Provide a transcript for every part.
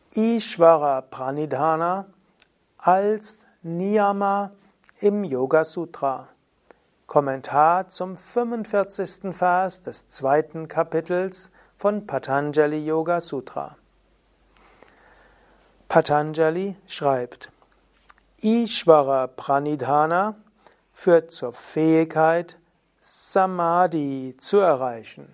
Ishvara Pranidhana als Niyama im Yoga Sutra. Kommentar zum 45. Vers des 2. Kapitels von Patanjali Yoga Sutra. Patanjali schreibt: Ishvara Pranidhana führt zur Fähigkeit, Samadhi zu erreichen.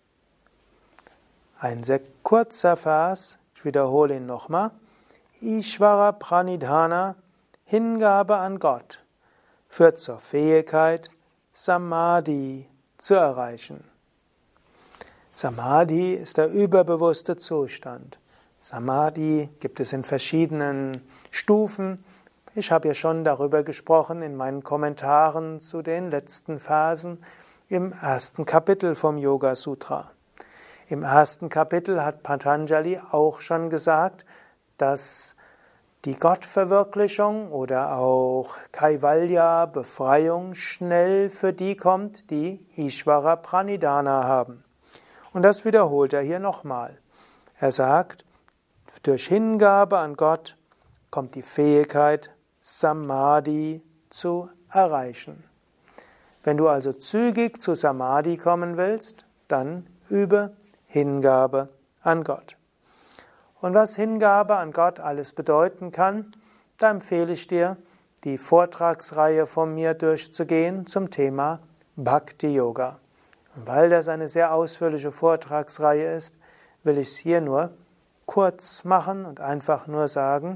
Ein sehr kurzer Vers, ich wiederhole ihn nochmal. Ishvara Pranidhana, Hingabe an Gott, führt zur Fähigkeit, Samadhi zu erreichen. Samadhi ist der überbewusste Zustand. Samadhi gibt es in verschiedenen Stufen. Ich habe ja schon darüber gesprochen in meinen Kommentaren zu den letzten Versen im 1. Kapitel vom Yoga Sutra. Im 1. Kapitel hat Patanjali auch schon gesagt, dass die Gottverwirklichung oder auch Kaivalya, Befreiung, schnell für die kommt, die Ishvara Pranidhana haben. Und das wiederholt er hier nochmal. Er sagt, durch Hingabe an Gott kommt die Fähigkeit, Samadhi zu erreichen. Wenn du also zügig zu Samadhi kommen willst, dann übe Hingabe an Gott. Und was Hingabe an Gott alles bedeuten kann, da empfehle ich dir, die Vortragsreihe von mir durchzugehen zum Thema Bhakti Yoga. Und weil das eine sehr ausführliche Vortragsreihe ist, will ich es hier nur kurz machen und einfach nur sagen,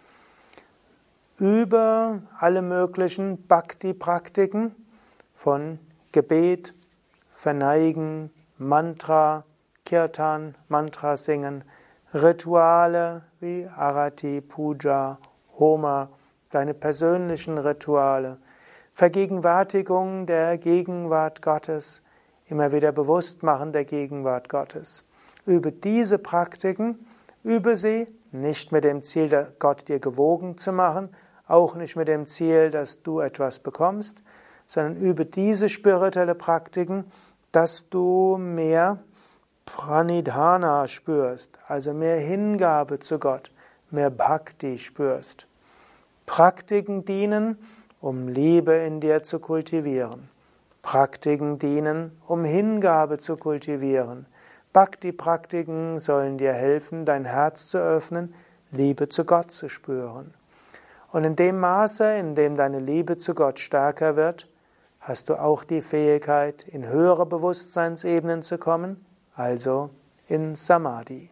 übe alle möglichen Bhakti-Praktiken von Gebet, Verneigen, Mantra, Kirtan, Mantra singen, Rituale wie Arati, Puja, Homa, deine persönlichen Rituale, Vergegenwärtigung der Gegenwart Gottes, immer wieder Bewusstmachen der Gegenwart Gottes. Übe diese Praktiken, übe sie nicht mit dem Ziel, Gott dir gewogen zu machen, auch nicht mit dem Ziel, dass du etwas bekommst, sondern übe diese spirituelle Praktiken, dass du mehr Pranidhana spürst, also mehr Hingabe zu Gott, mehr Bhakti spürst. Praktiken dienen, um Liebe in dir zu kultivieren. Praktiken dienen, um Hingabe zu kultivieren. Bhakti-Praktiken sollen dir helfen, dein Herz zu öffnen, Liebe zu Gott zu spüren. Und in dem Maße, in dem deine Liebe zu Gott stärker wird, hast du auch die Fähigkeit, in höhere Bewusstseinsebenen zu kommen, also in Samadhi.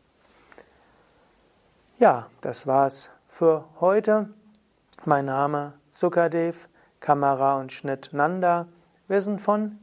Ja, das war's für heute. Mein Name Sukadev, Kamera und Schnitt Nanda. Wir sind von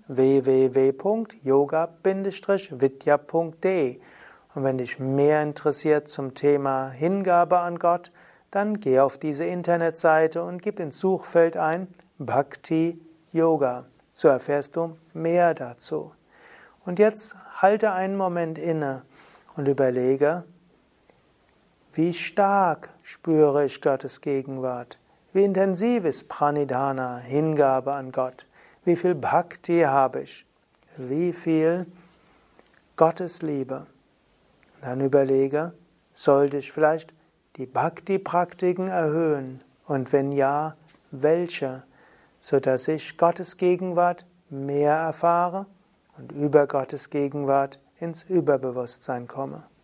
www.yoga-vidya.de. Und wenn dich mehr interessiert zum Thema Hingabe an Gott, dann geh auf diese Internetseite und gib ins Suchfeld ein Bhakti Yoga. So erfährst du mehr dazu. Und jetzt halte einen Moment inne und überlege, wie stark spüre ich Gottes Gegenwart? Wie intensiv ist Pranidhana, Hingabe an Gott? Wie viel Bhakti habe ich? Wie viel Gottesliebe? Dann überlege, sollte ich vielleicht die Bhakti-Praktiken erhöhen? Und wenn ja, welche? Sodass ich Gottes Gegenwart mehr erfahre und über Gottes Gegenwart ins Überbewusstsein komme.